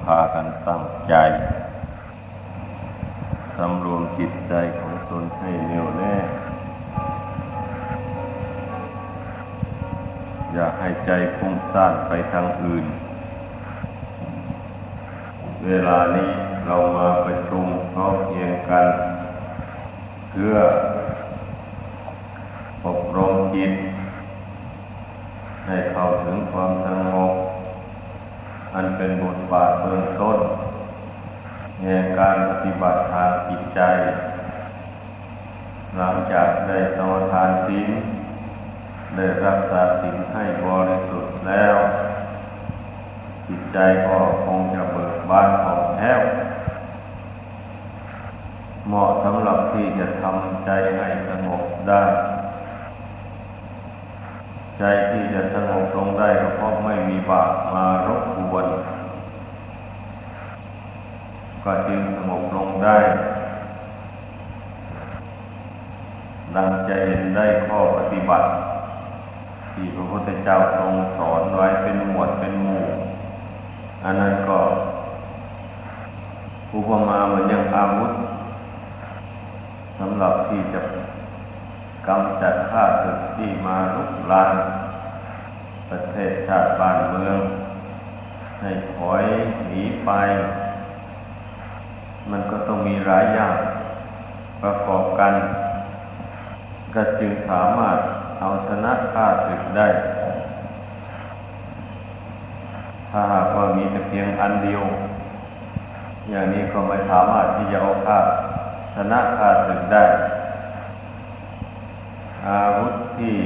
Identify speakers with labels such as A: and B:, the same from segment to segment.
A: พากันตั้งใจสำรวมจิตใจของตนให้แน่วแน่อย่าให้ใจฟุ้งซ่านไปทางอื่นเวลานี้เรามาประชุมพร้อมเพรียงกันเพื่ออบรมจิตให้เข้าถึงความสงบอันเป็นบทบาทเบื้องต้นในการปฏิบัติทางจิตใจหลังจากได้สมาทานศีลได้รักษาศีลให้บริสุทธิ์แล้วจิตใจก็คงจะเบิกบานผ่องแผ้วเหมาะสำหรับที่จะทำใจให้สงบได้ใจที่จะสงบลงได้ก็เพราะไม่มีบาปมารบกวนก็จึงสงบลงได้ดังจะเห็นได้ข้อปฏิบัติที่พระพุทธเจ้าทรงสอนไว้เป็นหมวดเป็นหมู่อันนั้นก็อุปมาเหมือนอย่างอาวุธสำหรับที่จะกำจัดข้าศึกที่มารุกรานประเทศชาติบ้านเมืองให้ถอยหนีไปมันก็ต้องมีหลายอย่างประกอบกันก็จึงสามารถเอาชนะข้าศึกได้ถ้าหากว่ามีแต่เพียงอันเดียวอย่างนี้ก็ไม่สามารถที่จะเอาชนะข้าศึกได้อาวุธที่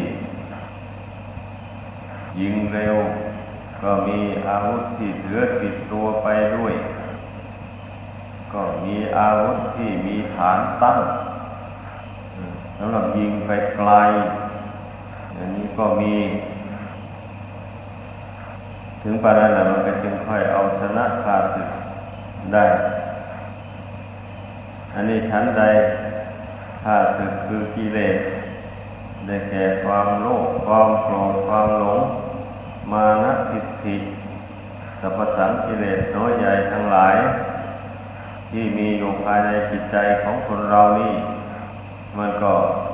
A: ยิงเร็วก็มีอาวุธที่ถือติดตัวไปด้วยก็มีอาวุธที่มีฐานตั้งสำหรับยิงไปไกลอย่างนี้ก็มีถึงปานนั้นมันก็จึงค่อยเอาชนะข้าศึกได้อันนี้ชั้นใดข้าศึกคือกิเลสได้แก่ความโลภความโกรธความหลงมานะทิฏฐิสรรพสังกิเลสน้อยใหญ่ทั้งหลายที่มีอยู่ภายในจิตใจของคนเรานี่มันก็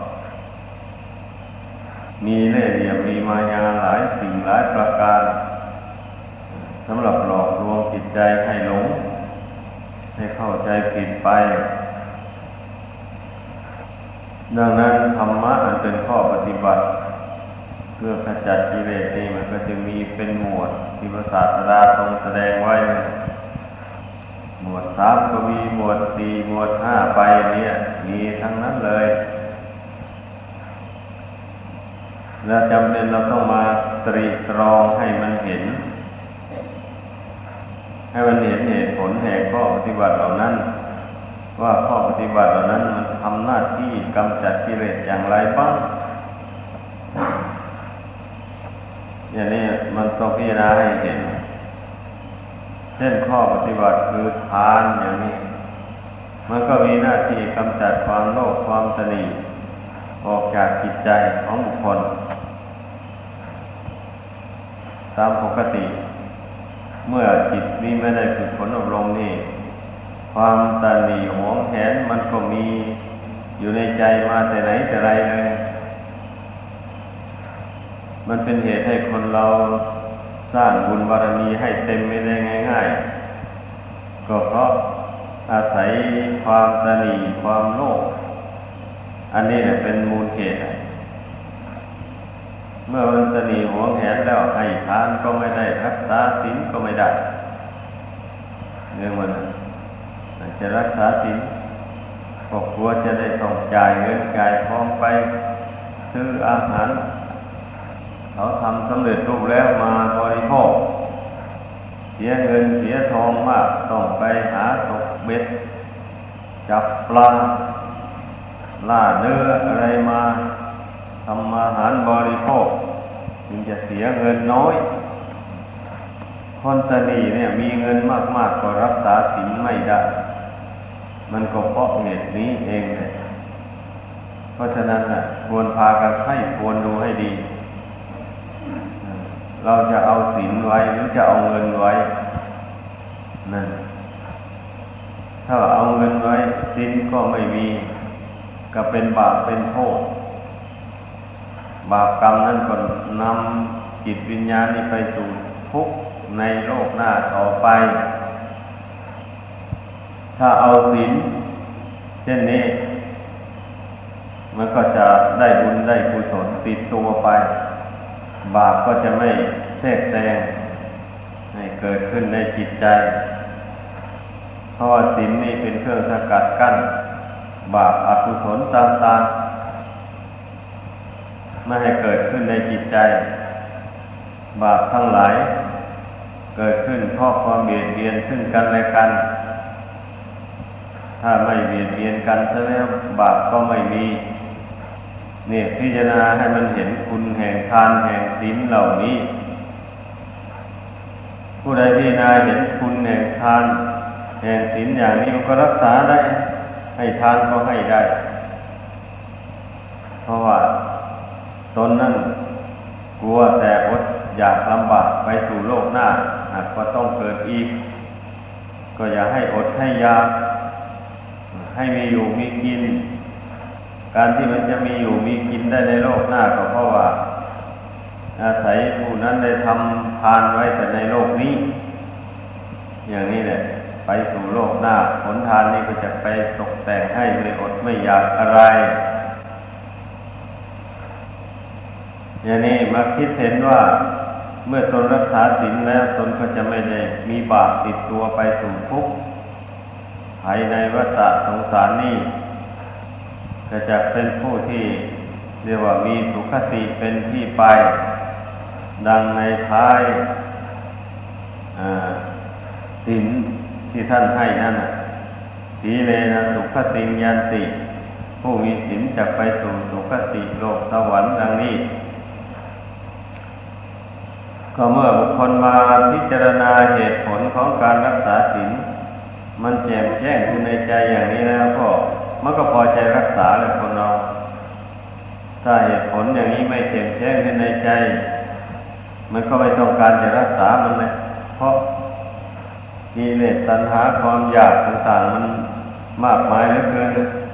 A: มีเล่ห์เหลี่ยมมีมายาหลายสิ่งหลายประการสำหรับหลอกลวงจิตใจให้หลงให้เข้าใจผิดไปดังนั้นธรรมะอันเป็นข้อปฏิบัติเพื่อขจัดกิเลสนี้มันก็จะมีเป็นหมวดที่พระศาสดาทรงแสดงไว้หมวด3ก็มีหมวด4หมวด5ไปเนี่ยมีทั้งนั้นเลยและจำเป็นเราต้องมาตรีตรองให้มันเห็นเหตุผลแห่งข้อปฏิบัติเหล่านั้นว่าข้อปฏิบัติเหล่านั้นมันทำหน้าที่กำจัดกิเลสอย่างไรบ้างอย่างนี้มันต้องพิจารณาให้เห็นเช่นข้อปฏิบัติคือทานอย่างนี้มันก็มีหน้าที่กำจัดความโลภความตนีออกจากจิตใจของบุคคลตามปกติเมื่อจิตนี้ไม่ได้ฝึกฝนอบรมนี่ความตนีหวงแหนมันก็มีอยู่ในใจมาแต่ไหนแต่ไรเลยมันเป็นเหตุให้คนเราสร้างบุญบารมีให้เต็มไม่ได้ง่ายๆก็เพราะอาศัยความตนีความโลภอันนี้เป็นมูลเหตุเมื่อมันตนีหวงแหนแล้วให้ทานก็ไม่ได้รักษาศีลก็ไม่ได้เรื่องมันจะรักษาศีลก็กลัวจะได้ต้องจ่ายเงินจ่ายทองไปซื้ออาหารเขาทำสำเร็จรูปแล้วมาบริโภคเสียเงินเสียทองมากต้องไปหาตกเบ็ดจับปลาล่าเนื้ออะไรมาทำอาหารบริโภคจึงจะเสียเงินน้อยคนตนีเนี่ยมีเงินมากๆก็รักษาศีลไม่ได้มันก็เพราะเหตุนี้เองเลยเพราะฉะนั้นควรพากันให้ควรดูให้ดีเราจะเอาศีลไว้หรือจะเอาเงินไว้นั่นถ้าเอาเงินไว้ศีลก็ไม่มีก็เป็นบาปเป็นโทษบาปกรรมนั้นก็นำจิตวิญญาณนี้ไปสู่ทุกข์ในโลกหน้าต่อไปถ้าเอาศีลเช่นนี้มันก็จะได้บุญได้กุศลติดตัวไปบาปก็จะไม่แทรกแซงให้เกิดขึ้นในจิตใจเพราะว่าศีลนี่เป็นเครื่องสกัดกั้นบาปอกุศลต่างๆไม่ให้เกิดขึ้นในจิตใจบาปทั้งหลายเกิดขึ้นเพราะความเบียดเบียนซึ่งกันและกันถ้าไม่เบียดเบียนกันซะแล้วบาปก็ไม่มีเนี่ยพิจารณาให้มันเห็นคุณแห่งทานแห่งศีลเหล่านี้ผู้ใดพิจารณาเห็นคุณแห่งทานแห่งศีลอย่างนี้มันก็รักษาได้ให้ทานก็ให้ได้เพราะว่าตนนั้นกลัวแต่อดอยากลำบากไปสู่โลกหน้าหากว่าต้องเกิดอีกก็อย่าให้อดให้ยากให้มีอยู่มีกินการที่มันจะมีอยู่มีกินได้ในโลกหน้าก็เพราะว่าอาศัยผู้นั้นได้ทำทานไว้แต่ในโลกนี้อย่างนี้แหละไปสู่โลกหน้าผลทานนี้ก็จะไปตกแต่งให้ไม่อดไม่อยากอะไรอย่างนี้มาคิดเห็นว่าเมื่อตนรักษาศีลแล้วตนก็จะไม่ได้มีบาปติดตัวไปสู่ทุกข์ภายในวัฏสงสารนี้ก็จะเป็นผู้ที่เรียกว่ามีสุขติเป็นที่ไปดังในท้ายศีลที่ท่านให้นั่นสีเลนะสุขติยันติผู้มีศีลจะไปสู่สุขติโลกสวรรค์ดังนี้ก็เมื่อบุคคลมาพิจารณาเหตุผลของการรักษาศีลมันแจ่มแจ้งอยู่ในใจอย่างนี้แล้วก็มันก็พอใจรักษาเลยคนเราถ้าเหตุผลอย่างนี้ไม่แจ่มแจ้งขึ้นในใจมันก็ไม่ต้องการจะรักษามันเลยเพราะกิเลสตัณหาความอยากต่างๆมันมากมายเหลือเกิน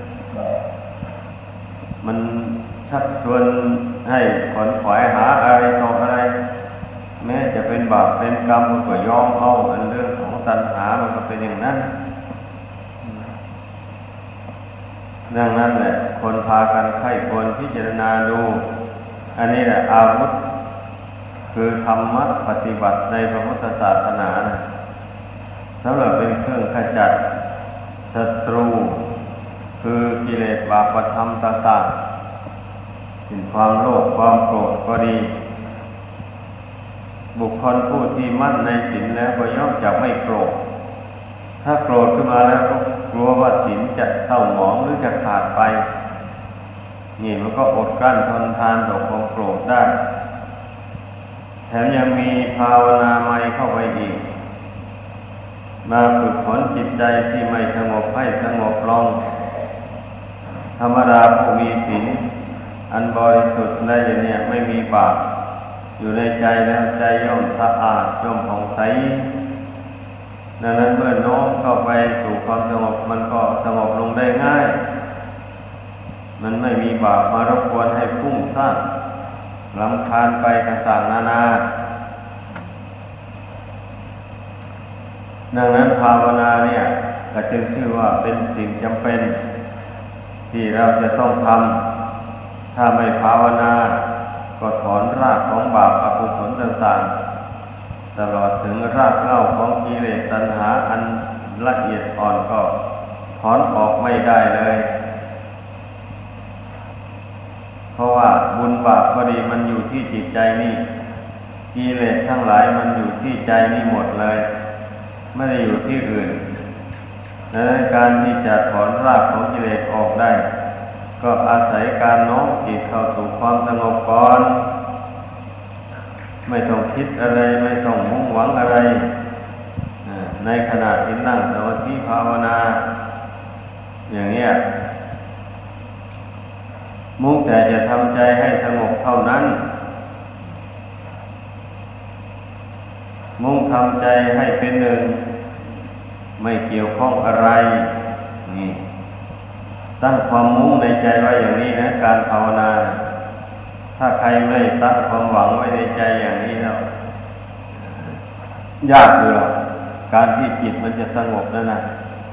A: มันชักชวนให้ขวนขวายหาอะไรต่ออะไรแม้จะเป็นบาปเป็นกรรมมันก็ยอมเอาอันเรื่องของตัณหามันก็เป็นอย่างนั้นดังนั้นแหละคนพากันไข้ควรพิจารณาดูอันนี้แหละอาวุธคือธรรมะปฏิบัติในพระพุทธศาสนานะสำหรับเป็นเครื่องขจัดศัตรูคือกิเลสบาปธรรมต่างๆเป็นความโลภความโกรธก็ดีบุคคลผู้ที่มั่นในศีลแล้วก็ย่อมจะไม่โกรธถ้าโกรธขึ้นมาแล้วก็กลัวว่าศีลจะเศร้าหมองหรือจะขาดไปนี่มันก็อดกลั้นทนทานต่อความโกรธได้แถมยังมีภาวนาใหม่เข้าไปอีกมาฝึกฝนจิตใจที่ไม่สงบให้สงบลงธรรมดาผู้มีศีลอันบริสุทธิ์ได้อย่างนี้ไม่มีบาปอยู่ในใจแล้วใจย่อมสะอาดย่อมผ่องใสดังนั้นเมื่อโน้มเข้าไปสู่ความสงบมันก็สงบลงได้ง่ายมันไม่มีบาปมารบกวนให้ฟุ้งซ่านรำคาญไปต่างๆนานาดังนั้นภาวนาเนี่ยก็จึงชื่อว่าเป็นสิ่งจำเป็นที่เราจะต้องทำถ้าไม่ภาวนาก็ถอนรากของบาปอกุศลต่างๆตลอดถึงรากเหง้าของกิเลสตัณหาอันละเอียดอ่อนก็ถอนออกไม่ได้เลยเพราะว่าบุญบาปก็ดีมันอยู่ที่จิตใจนี่กิเลสทั้งหลายมันอยู่ที่ใจนี่หมดเลยไม่ได้อยู่ที่อื่นดังนั้นการที่จะถอนรากของกิเลสออกได้ก็อาศัยการน้อมจิตเข้าสู่ความสงบก่อนไม่ต้องคิดอะไรไม่ต้องมุ่งหวังอะไรในขณะที่นั่งสมาธิภาวนาอย่างเงี้ยมุ่งแต่จะทำใจให้สงบเท่านั้นมุ่งทำใจให้เป็นหนึ่งไม่เกี่ยวข้องอะไรนี่ตั้งความมุ่งในใจไว้อย่างนี้นะการภาวนาถ้าใครไม่ตั้งความหวังไว้ในใจอย่างนี้แล้วยากอยู่หรอกการที่จิตมันจะสงบนั่นนะ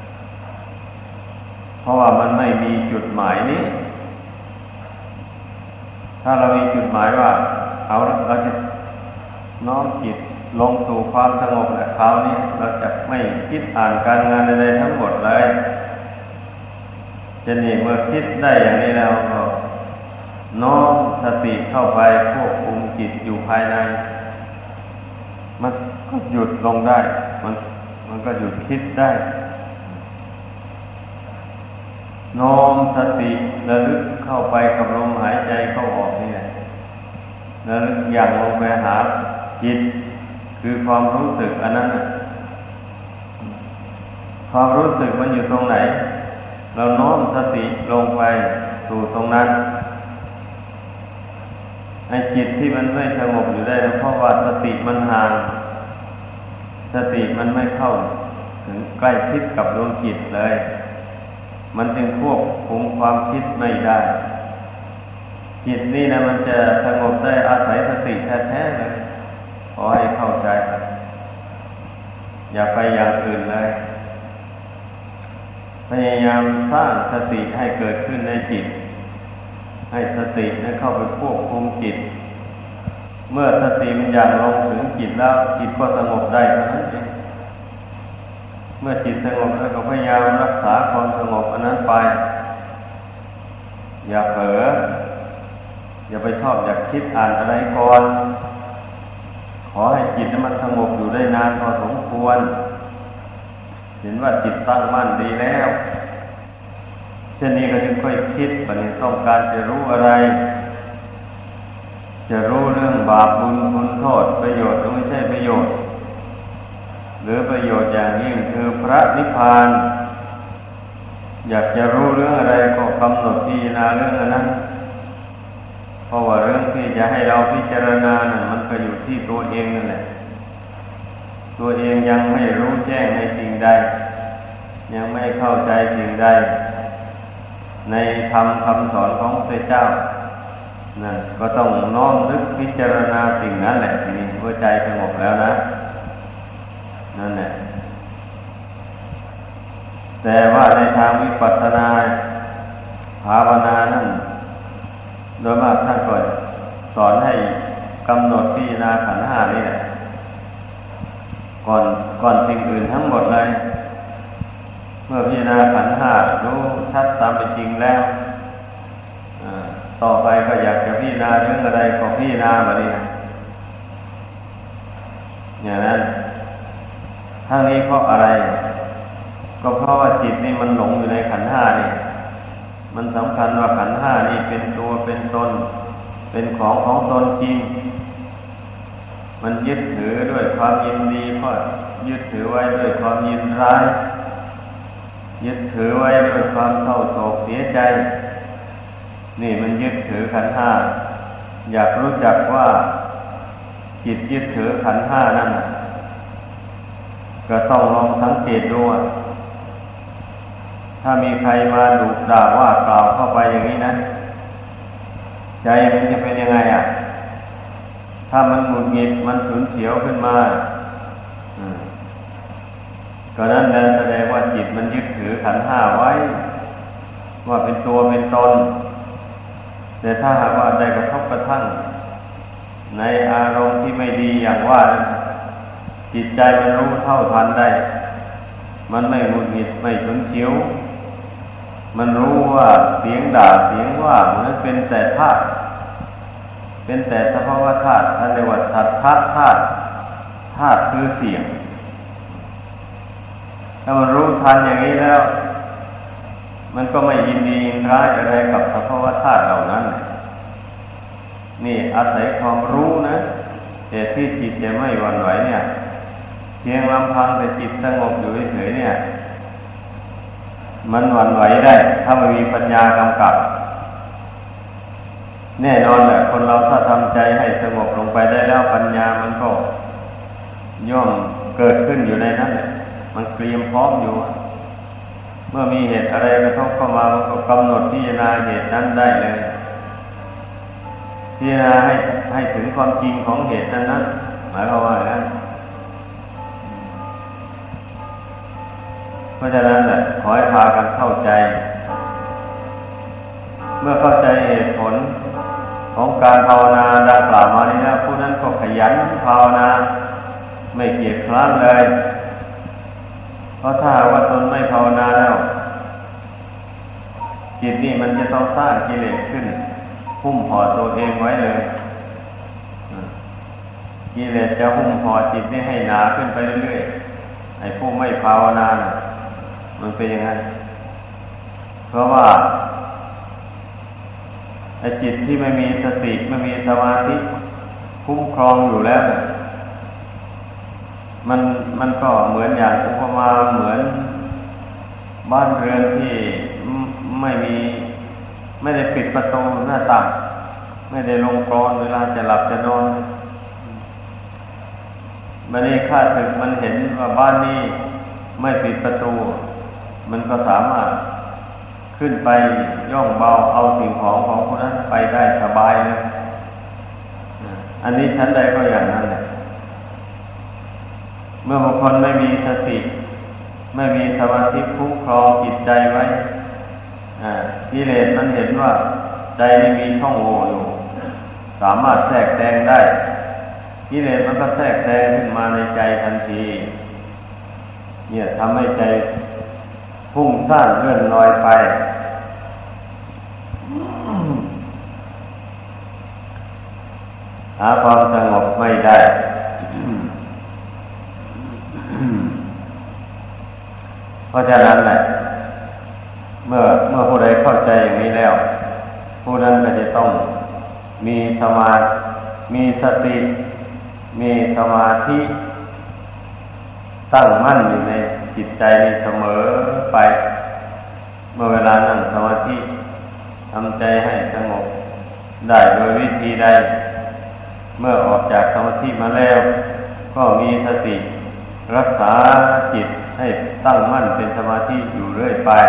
A: เพราะว่ามันไม่มีจุดหมายนี้ถ้าเรามีจุดหมายว่าเราจะน้อมจิตลงสู่ความสงบและคราวนี้เราจะไม่คิดอ่านการงานใดๆทั้งหมดเลยจะนี่เมื่อคิดได้อย่างนี้แล้วก็น้อมสติเข้าไปควบคุมจิตอยู่ภายในมันก็หยุดลงได้มันก็หยุดคิดได้น้อมสติระลึกเข้าไปกับลมหายใจเข้าออกนี่แหละระลึกอย่างลงไปหาจิตคือความรู้สึกอันนั้นน่ะความรู้สึกมันอยู่ตรงไหนเราน้อมสติลงไปสู่ตรงนั้นไอ้จิตที่มันไม่สงบอยู่ได้เพราะว่าสติมันห่างสติมันไม่เข้าถึงใกล้ชิดกับดวงจิตเลยมันจึงควบคุมความคิดไม่ได้จิตนี่นะมันจะสงบได้อาศัยสติแท้ๆเลยขอให้เข้าใจอย่าไปอย่างอื่นเลยพยายามสร้างสติให้เกิดขึ้นในจิตให้สตินั้นเข้าไปควบคุมจิตเมื่อสติมันอย่างลงถึงจิตแล้วจิตก็สงบได้เท่านั้นเองเมื่อจิตสงบแล้วก็พยายามรักษาความสงบอันนั้นไปอย่าเผลออย่าไปชอบอยากคิดอ่านอะไรก่อนขอให้จิตมันสงบอยู่ได้นานพอสมควรเห็นว่าจิตตั้งมั่นดีแล้วเช่นนี้ก็จึงค่อยคิดว่านี่ต้องการจะรู้อะไรจะรู้เรื่องบาปบุญคุณโทษประโยชน์หรือไม่ใช่ประโยชน์หรือประโยชน์อย่างยิ่งคือพระนิพพานอยากจะรู้เรื่องอะไรก็กำหนดพิจารณาเรื่องนั้นเพราะว่าเรื่องที่จะให้เราพิจารณานั้นมันก็อยู่ที่ตัวเองนั่นแหละตัวเองยังไม่รู้แจ้งในสิ่งใดยังไม่เข้าใจสิ่งใดในธรรมคำสอนของพระเจ้านั่นก็ต้องน้อมนึกพิจารณาสิ่งนั้นแหละทีนี้เมื่อใจสงบแล้วนะนั่นแหละแต่ว่าในทางวิปัสสนาภาวนานั้นโดยมากท่านก็สอนให้กำหนดพิจารณาขันธ์ห้านี่แหละก่อนสิ่งอื่นทั้งหมดเลยเมื่อพิจารณาขันธ์ห้ารู้ชัดตามเป็นจริงแล้วต่อไปก็อยากจะพิจารณาเรื่องอะไรก็พิจารณาแบบนี้อย่างนั้นทั้งนี้เพราะอะไรก็เพราะว่าจิตนี่มันหลงอยู่ในขันธ์ห้านี่มันสำคัญว่าขันธ์ห้านี่เป็นตัวเป็นตนเป็นของตนจริงมันยึดถือด้วยความยินดีก็ยึดถือไว้ด้วยความยินร้ายยึดถือไว้ด้วยความเศร้าโศกเสียใจนี่มันยึดถือขันธ์ห้าอยากรู้จักว่าจิตยึดถือขันธ์ห้านั่นก็ต้องลองสังเกตดูถ้ามีใครมาดุด่าว่ากล่าวเข้าไปอย่างนี้นะใจมันจะเป็นยังไงถ้ามันหงุดหงิดมันฉุนเฉียวขึ้นมาก็นั้นแสดงว่าจิตมันยึดถือขันธ์ห้าไว้ว่าเป็นตัวเป็นตนแต่ถ้าหากว่าได้กระทบกระทั่งในอารมณ์ที่ไม่ดีอย่างว่านั้นจิตใจมันรู้เท่าทันได้มันไม่หงุดหงิดไม่ฉุนเฉียวมันรู้ว่าเสียงด่าเสียงว่ามันเป็นแต่ธาตุเป็นแต่สภาวะธาตุท่านเรียกว่าสัทธะธาตุธาตุคือเสียงถ้ามันรู้ทันอย่างนี้แล้วมันก็ไม่ยินดียินร้ายอะไรกับสภาวะธาตุเหล่านั้นนี่อาศัยความรู้นะแต่ที่จิตจะไม่หวั่นไหวเนี่ยเพียงลำพังแต่จิตสงบอยู่เฉยๆเนี่ยมันหวั่นไหวได้ถ้าไม่มีปัญญากำกับแน่นอนแหละคนเราถ้าทำใจให้สงบลงไปได้แล้วปัญญามันก็ย่อมเกิดขึ้นอยู่ในนั้นมมันเตรียมพร้อมอยู่เมื่อมีเหตุอะไรกระทบเข้ามาก็กำหนดพิจารณาเหตุนั้นได้เลยพิจารณาให้ถึงความจริงของเหตุนั้นหมายความว่าอย่างนั้นเพราะฉะนั้นแหละขอให้พากันเข้าใจเมื่อเข้าใจเหตุผลของการภาวนาดังกล่าวมานี้แล้วผู้นั้นก็ขยันภาวนาไม่เกียจคร้านเลยเพราะถ้าว่าตนไม่ภาวนาแล้วจิตนี่มันจะต้องสร้างกิเลสขึ้นหุ้มห่อตัวเองไว้เลยกิเลสจะหุ้มห่อจิตนี่ให้หนาขึ้นไปเรื่อยๆไอ้ผู้ไม่ภาวนาน่ะมันเป็นอย่างนั้นเพราะว่าไอ้จิตที่ไม่มีสติไม่มีสมาธิคุ้มครองอยู่แล้วเนี่ยมันก็เหมือนอย่างอุปมาเหมือนบ้านเรือนที่ไม่ได้ปิดประตูหน้าต่างไม่ได้ลงกลอนเวลาจะหลับจะนอนมันนี่ข้าศึกมันเห็นว่าบ้านนี้ไม่ปิดประตูมันก็สามารถขึ้นไปย่องเบาเอาสิ่งของผู้นั้นไปได้สบายเลยอันนี้ชั้นใดก็อย่างนั้นแหละเมื่อบุคคลไม่มีสติไม่มีสมาธิคุ้มครองจิตใจไว้กิเลสมันเห็นว่าใจนี่มีช่องโหว่อยู่สามารถแทรกแซงได้กิเลสมันก็แทรกแซงขึ้นมาในใจทันทีเนี่ยทำให้ใจพุ่งซ่านเลื่อนลอยไปหาความสงบไม่ได้เพราะฉะนั้นแหละเมื่อผู้ใดเข้าใจอย่างนี้แล้วผู้นั้นก็จะต้องมีสติมีสมาธิตั้งมั่นอยู่ในจิตใจนี้เสมอไปเมื่อเวลานั่งสมาธิทำใจให้สงบได้โดยวิธีใดเมื่อออกจากสมาธิมาแล้วก็มีสติรักษาจิตให้ตั้งมั่นเป็นสมาธิอยู่เรื่อยไป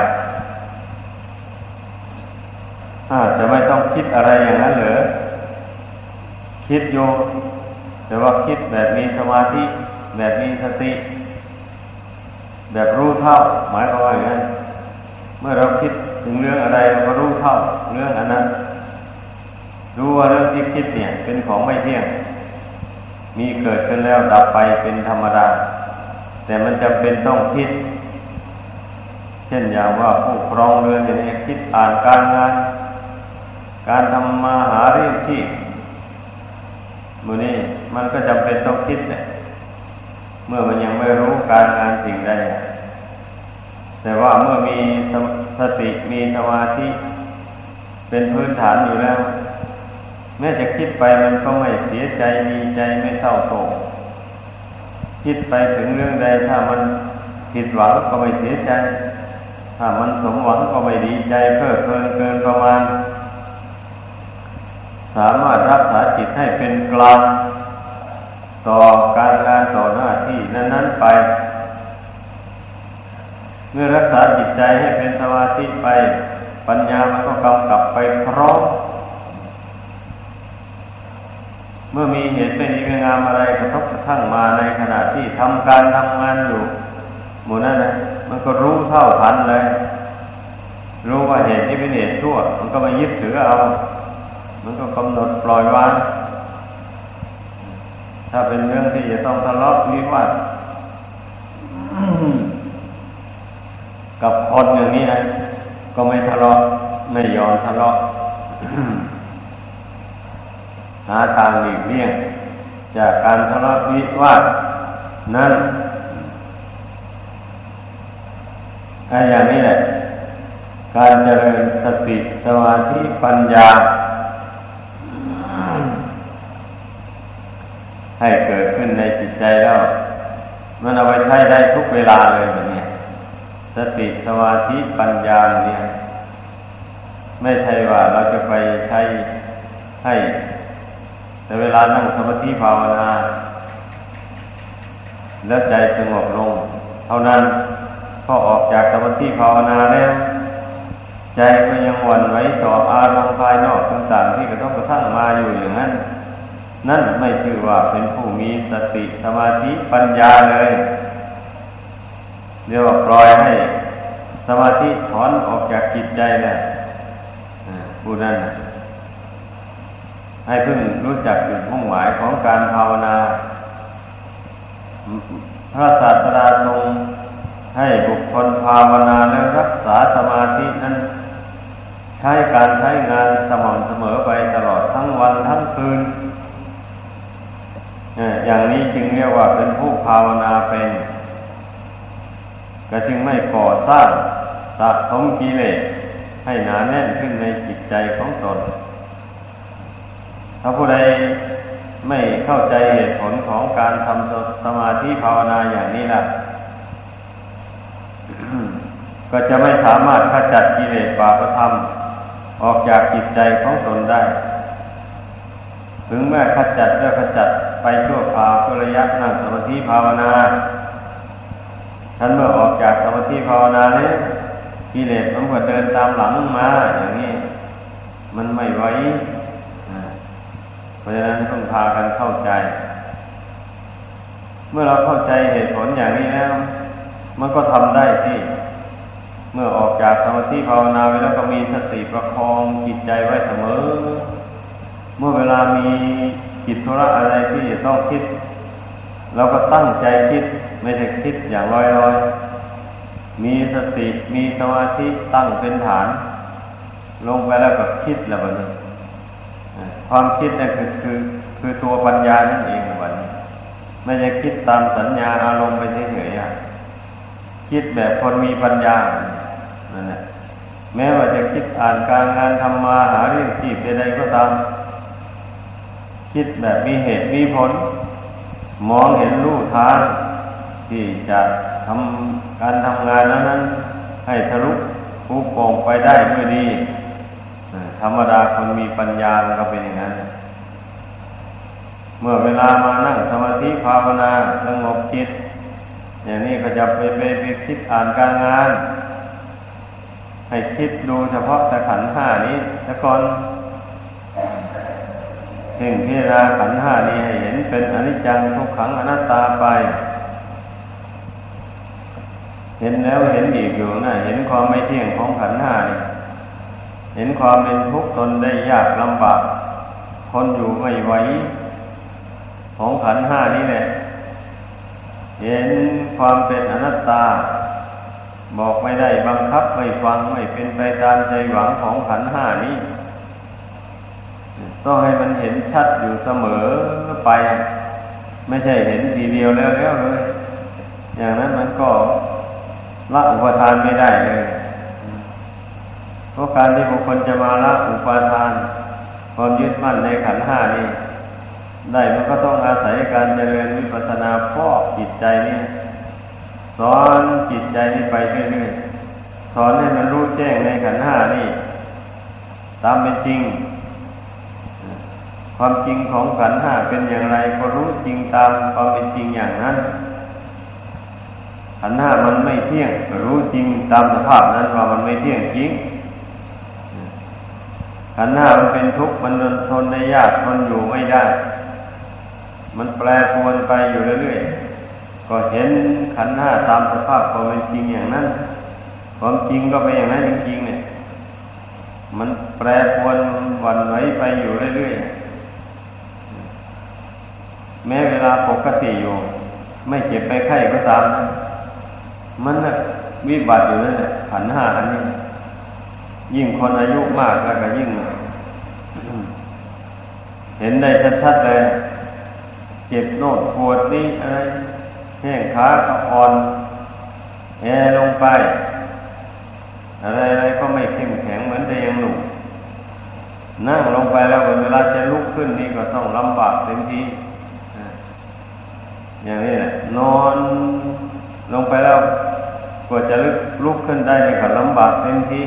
A: จะไม่ต้องคิดอะไรอย่างนั้นเหรอคิดอยู่แต่ว่าคิดแบบมีสมาธิแบบมีสติแบบรู้เท่าหมายความว่าอย่างนั้นเมื่อเราคิดถึงเรื่องอะไรเราก็รู้เท่าเรื่องอันนั้นรู้ว่าเรื่องที่คิดเนี่ยเป็นของไม่เที่ยงมีเกิดขึ้นแล้วดับไปเป็นธรรมดาแต่มันจำเป็นต้องคิดเช่นอย่างว่าผู้ครองเรือนอย่างนี้คิดอ่านการงานการทำมาหาเรื่องที่มื้อนี้มันก็จำเป็นต้องคิดเนี่ยเมื่อมันยังไม่รู้การงานสิ่งใดแต่ว่าเมื่อมีสติมีสมาธิเป็นพื้นฐานอยู่แล้วแม้จะคิดไปมันก็ไม่เสียใจดีใจไม่เศร้าโศกคิดไปถึงเรื่องใดถ้ามันผิดหวังก็ไม่เสียใจถ้ามันสมหวังก็ไม่ดีใจเพลิดเพลินเกินประมาณสามารถรักษาจิตให้เป็นกลางต่อการงานต่อหน้าที่นั้นๆไปเมื่อรักษาจิตใจให้เป็นสมาธิไปปัญญามันก็กำกับไปพร้อมเมื่อมีเหตุไม่ดีไม่งามอะไรกระทบกระทั่งมาในขณะที่ทำการทำงานอยู่หมู่นั้นนะมันก็รู้เท่าทันเลยรู้ว่าเหตุนี้เป็นเหตุชั่วมันก็ไม่ยึดถือเอามันก็กำหนดปล่อยวางถ้าเป็นเรื่องที่จะต้องทะเลาะวิวาทกับคนอย่างนี้นะก็ไม่ทะเลาะไม่ยอมทะเลาะหาทางหลีกเลี่ยงจากการทะเลาะวิวาทนั้นอย่างนี้แหละการเจริญสติสมาธิปัญญาให้เกิดขึ้นในจิตใจแล้วมันเอาไปใช้ได้ทุกเวลาเลยแบบนี้สติสมาธิปัญญาเนี่ยไม่ใช่ว่าเราจะไปใช้ให้แต่เวลานั่งสมาธิภาวนาแล้วใจสงบลงเท่านั้นพอออกจากสมาธิภาวนาแล้วใจก็ยังหวั่นไหวต่ออารมณ์ภายนอกต่างๆที่กระทบกระทั่งมาอยู่อย่างนั้นนั่นไม่ชื่อว่าเป็นผู้มีสติสมาธิปัญญาเลยเรียกว่าปล่อยให้สมาธิถอนออกจากจิตใจแล้วผู้นั้นให้เพิ่งรู้จักจุดมุ่งหมายของการภาวนาพระศาสดาทรงให้บุคคลภาวนาแล้วรักษาสมาธินั้นใช้การใช้งานสม่ำเสมอไปตลอดทั้งวันทั้งคืนอย่างนี้จึงเรียกว่าเป็นผู้ภาวนาเป็นก็จึงไม่ก่อสร้างสะสมกิเลสให้หนาแน่นขึ้นในจิตใจของตนถ้าผู้ใดไม่เข้าใจเหตุผลของการทำสมาธิภาวนาอย่างนี้ล่ะ ก็จะไม่สามารถขจัดกิเลสบาปธรรมออกจากจิตใจของตนได้ถึงแม้ขจัดก็ขจัดไปชั่วคราวชั่วระยะนั่งสมาธิภาวนาท่านเมื่อออกจากสมาธิภาวนาแล้วกิเลสมันก็เดินตามหลังมาอย่างนี้มันไม่ไหวเพราะฉะนั้นต้องพากันเข้าใจเมื่อเราเข้าใจเหตุผลอย่างนี้แล้วมันก็ทำได้ที่เมื่อออกจากสมาธิภาวนาไปแล้วก็มีสติประคองจิตใจไว้เสมอเมื่อเวลามีกิจธุระอะไรที่จะต้องคิดเราก็ตั้งใจคิดไม่ใช่คิดอย่างลอยๆมีสติมีสมาธิตั้งเป็นฐานลงไปแล้วก็คิดแล้วบัดนี้ความคิดนั่นคือตัวปัญญานั่นเองบัดนี้ไม่ใช่คิดตามสัญญาอารมณ์ไปเฉยๆคิดแบบคนมีปัญญานั่นแหละแม้ว่าจะคิดอ่านการงานทำมาหาเรื่องชีพใดๆก็ตามคิดแบบมีเหตุมีผลมองเห็นรูทางที่จะทำการทำงานนั้นให้ทะลุภูโป่งไปได้ด้วยดีธรรมดาคนมีปัญญามันก็เป็นอย่างนั้นเมื่อเวลามานั่งสมาธิภาวนาสงบจิตอย่างนี้ก็จะไปคิดอ่านการงานให้คิดดูเฉพาะแต่ขันธ์ห้านี้แต่ก่อนเพ่งพิจารณาขันธ์ห้านี้ให้เห็นเป็นอนิจจังทุกขังอนัตตาไปเห็นแล้วเห็นอีกอยู่นะเห็นความไม่เที่ยงของขันธ์ห้านี่เห็นความเป็นทุกข์ทนได้ยากลำบากทนอยู่ไม่ไหวของขันธ์ห้านี้แหละเห็นความเป็นอนัตตาบอกไม่ได้บังคับไม่ฟังไม่เป็นไปตามใจหวังของขันธ์ห้านี้ต้องให้มันเห็นชัดอยู่เสมอไปไม่ใช่เห็นทีเดียวแล้วเลยอย่างนั้นมันก็ละอุปทานไม่ได้เลยเพราะการที่บุคคลจะมาละอุปทานความยึดมั่นในขันธ์ห้านี้ได้มันก็ต้องอาศัยการเจริญวิปัสสนาฟอกจิตใจนี้สอนจิตใจนี้ไปเรื่อยๆสอนให้มันรู้แจ้งในขันธ์ห้านี้ตามเป็นจริงความจริงของขันธ์ห้าเป็นอย่างไรก็รู้จริงตามความเป็นจริงอย่างนั้นขันธ์ห้ามันไม่เที่ยงก็รู้จริงตามสภาพนั้นว่ามันไม่เที่ยงจริงขันธ์ห้ามันเป็นทุกข์มันทนได้ยากทนอยู่ไม่ได้มันแปรปรวนไปอยู่เรื่อยๆก็เห็นขันธ์ห้าตามสภาพความเป็นจริงอย่างนั้นความจริงก็เป็นอย่างนั้นจริงๆเนี่ยมันแปรปรวนหวั่นไหวไปอยู่เรื่อยๆแม้เวลาปกติอยู่ไม่เจ็บไปไข้ก็ตามนะมันน่ะวิบัติอยู่นั่นแหละขันธ์ห้าอันนี้ยิ่งคนอายุมากแล้วก็ยิ่งเห็นได้ชัดๆเลยเจ็บโน่นปวดนี่อะไรแข้งขาก็อ่อนแอลงไปอะไรๆก็ไม่เข้มแข็งเหมือนแต่ยังหนุ่มนั่งลงไปแล้วเวลาจะลุกขึ้นนี่ก็ต้องลำบากเต็มทีอย่างนี้แหละนอนลงไปแล้วกว่าจะลุกขึ้นได้นี่ก็ลำบากเต็มที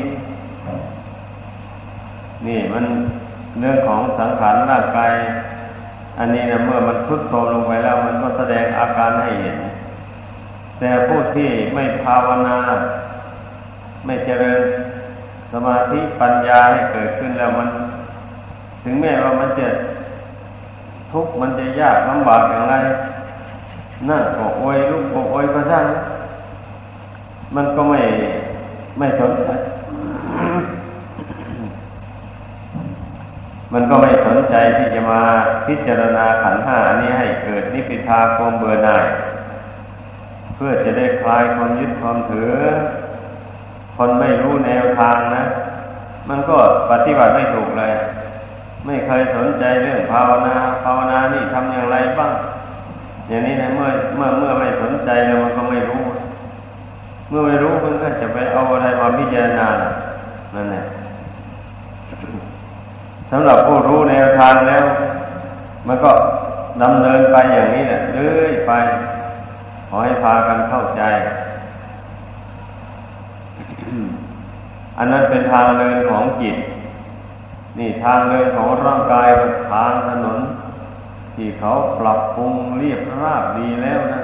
A: นี่มันเรื่องของสังขารร่างกายอันนี้นะเมื่อมันทรุดโทรมลงไปแล้วมันก็แสดงอาการให้เห็นแต่ผู้ที่ไม่ภาวนาไม่เจริญสมาธิปัญญาให้เกิดขึ้นแล้วมันถึงแม้ว่ามันจะทุกข์มันจะยากลำบากอย่างไรนั่งก็โอยลุกก็โอยก็ช่างมันก็ไม่สนใจ มันก็ไม่สนใจที่จะมาพิจารณาขันธ์ห้าอันนี้ให้เกิดนิพพิทาความเบื่อหน่ายเพื่อจะได้คลายความยึดความถือคนไม่รู้แนวทางนะมันก็ปฏิบัติไม่ถูกเลยไม่เคยสนใจเรื่องภาวนานี่ทำอย่างไรบ้างอย่างนี้นะเมื่อไม่สนใจแล้วมันก็ไม่รู้เมื่อไม่รู้มันก็จะไปเอาอะไรมาพิจารณานั่นแหละสำหรับผู้รู้แนวทางแล้วมันก็ดำเนินไปอย่างนี้แหละเรื่อยไปขอให้พากันเข้าใจ อันนั้นเป็นทางเดินของจิตนี่ทางเดินของร่างกายเป็นทางถนนที่เขาปรับปรุงเรียบราบดีแล้วนะ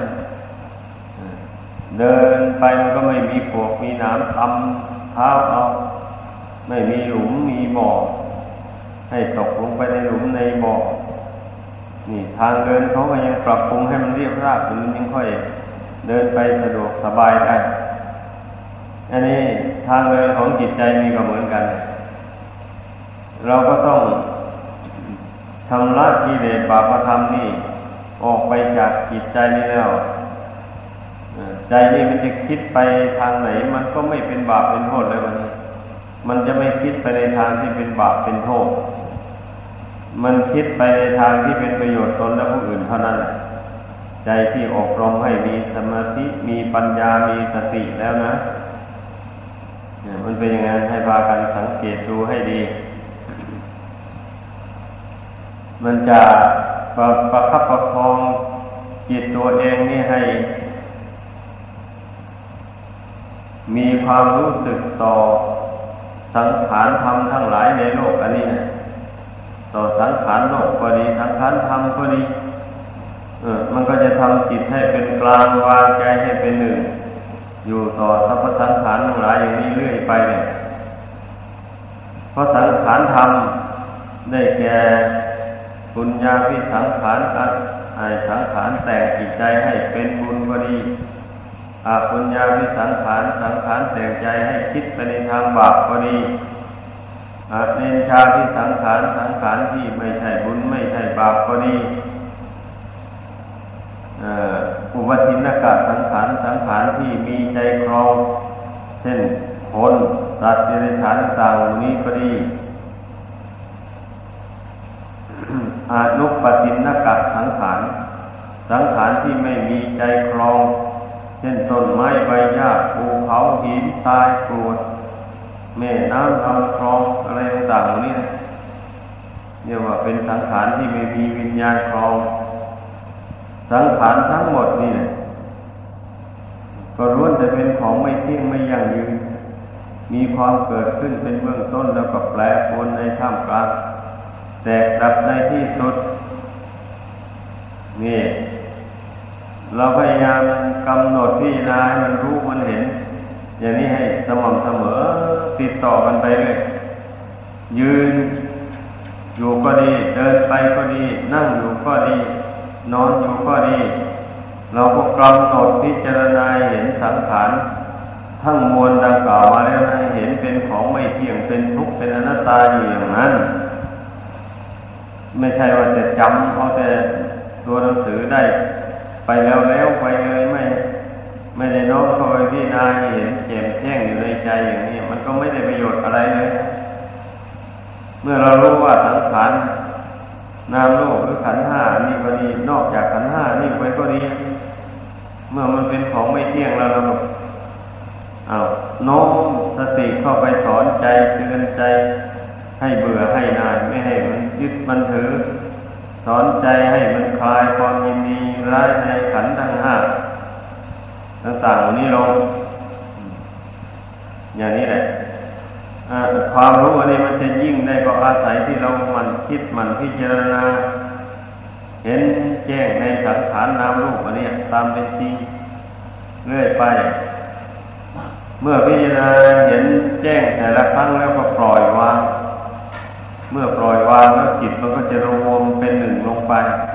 A: เดินไปมันก็ไม่มีพวกมีน้ำตำเท้าเอาไม่มีหลุมมีบ่อให้ตกลงไปในหลุมในบ่อนี่ทางเดินเขาก็ยังปรับปรุงให้มันเรียบราบมันยังค่อยเดินไปสะดวกสบายได้อันนี้ทางเดินของจิตใจนี่ก็เหมือนกันเราก็ต้องชำระกิเลสบาปธรรมนี่ออกไปจากจิตใจนี่แล้วใจนี่มันจะคิดไปทางไหนมันก็ไม่เป็นบาปเป็นโทษเลยมันจะไม่คิดไปในทางที่เป็นบาปเป็นโทษมันคิดไปในทางที่เป็นประโยชน์ตนและผู้อื่นเท่านั้นใจที่อบรมให้มีสมาธิมีปัญญามีสติแล้วนะมันเป็นอย่างนั้นให้พากันสังเกตดูให้ดีมันจะประคับประคองจิตตัวเองนี่ให้มีความรู้สึกต่อสังขารธรรมทั้งหลายในโลกอันนี้นะต่อสังขารโลกก็ดีสังขารธรรมก็ดีมันก็จะทำจิตให้เป็นกลางวางใจให้เป็นหนึ่งอยู่ต่อสรรพสังขารทั้งหลายอย่างนี้เรื่อยไปเนี่ยเพราะสังขารธรรมได้แก่ปุญญาภิสังขารสังขารแต่งจิตใจให้เป็นบุญก็ดีอปุญญาภิสังขารแต่งใจให้คิดไปในทางบาปก็ดีเนชาภิสังขารที่ไม่ใช่บุญไม่ใช่บาปก็ดีอุปทินกะสังขารที่มีใจครองเช่นคนสัตว์เดรัจฉานต่างๆนี้ก็ดีอนุปทินกะสังขารที่ไม่มีใจครองเช่นต้นไม้ใบหญ้าภูเขาหินทรายกรวดแม่น้ำลำคลองอะไรต่างๆนี้เรียกว่าเป็นสังขารที่ไม่มีวิญญาณครองสังขารทั้งหมดนี่ก็ล้วนแต่เป็นของไม่เที่ยงไม่ยั่งยืนมีความเกิดขึ้นเป็นเบื้องต้นแล้วก็แปรปรวนในท่ามกลางแตกดับในที่สุดนี่เราพยายามกำหนดพิจารณาให้มันรู้มันเห็นอย่างนี้ให้สม่ำเสมอติดต่อกันไปเลยยืนอยู่ก็ดีเดินไปก็ดีนั่งอยู่ก็ดีนอนอยู่ก็ดีเราก็กำหนดพิจารณาเห็นสังขารทั้งมวลดังกล่าวมาแล้วนะเห็นเป็นของไม่เที่ยงเป็นทุกข์เป็นอนัตตาอยู่อย่างนั้นไม่ใช่ว่าจะจำเอาแต่ตัวหนังสือได้ไปแล้วไปเลยไม่ได้น้อมเข้าไปพิจารณาเห็นแจ่มแจ้งอยู่ในใจอย่างนี้มันก็ไม่ได้ประโยชน์อะไรเลยเมื่อเรารู้ว่าสังขารนามรูปหรือขันธ์ห้านี่ก็ดีนอกจากขันธ์ห้านี่ไปก็ดีเมื่อมันเป็นของไม่เที่ยงแล้วเราโน้มสติเข้าไปสอนใจเตือนใจให้เบื่อให้นายไม่ให้มันยึดมันถือสอนใจให้มันคลายความยินดีร้ายในขันธ์ทั้งห้าต่างๆนี้ลงอย่างนี้แหละความรู้อันนี้มันจะยิ่งได้ก็อาศัยที่เรามันคิดมันพิจารณาเห็นแจ้งในสังขารนามรูปอันนี้ตามเป็นจริงเรื่อยไปเมื่อพิจารณาเห็นแจ้งแต่ละครั้งแล้วก็ปล่อยวางเมื่อปล่อยวางแล้วจิตมันก็จะรวมเป็นหนึ่งลงไป